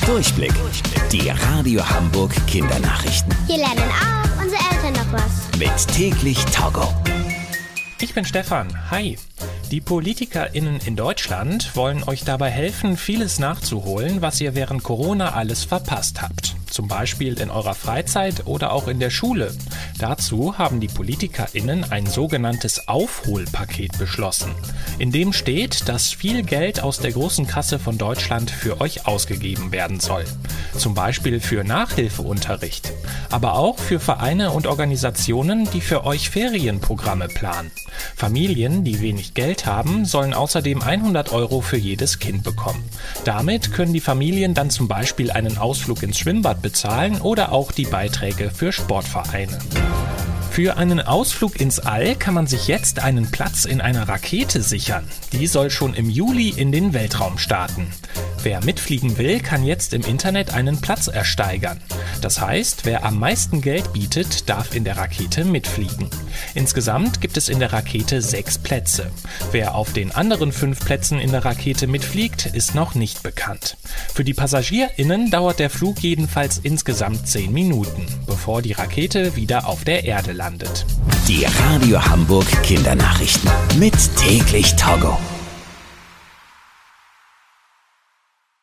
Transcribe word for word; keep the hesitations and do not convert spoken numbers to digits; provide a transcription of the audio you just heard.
Durchblick. Die Radio Hamburg Kindernachrichten. Hier lernen auch unsere Eltern noch was. Mit täglich Togo. Ich bin Stefan. Hi. Die PolitikerInnen in Deutschland wollen euch dabei helfen, vieles nachzuholen, was ihr während Corona alles verpasst habt. Zum Beispiel in eurer Freizeit oder auch in der Schule. Dazu haben die PolitikerInnen ein sogenanntes Aufholpaket beschlossen. In dem steht, dass viel Geld aus der großen Kasse von Deutschland für euch ausgegeben werden soll. Zum Beispiel für Nachhilfeunterricht. Aber auch für Vereine und Organisationen, die für euch Ferienprogramme planen. Familien, die wenig Geld haben, sollen außerdem hundert Euro für jedes Kind bekommen. Damit können die Familien dann zum Beispiel einen Ausflug ins Schwimmbad bezahlen oder auch die Beiträge für Sportvereine. Für einen Ausflug ins All kann man sich jetzt einen Platz in einer Rakete sichern. Die soll schon im Juli in den Weltraum starten. Wer mitfliegen will, kann jetzt im Internet einen Platz ersteigern. Das heißt, wer am meisten Geld bietet, darf in der Rakete mitfliegen. Insgesamt gibt es in der Rakete sechs Plätze. Wer auf den anderen fünf Plätzen in der Rakete mitfliegt, ist noch nicht bekannt. Für die PassagierInnen dauert der Flug jedenfalls insgesamt zehn Minuten, bevor die Rakete wieder auf der Erde landet. Die Radio Hamburg Kindernachrichten mit täglich Togo.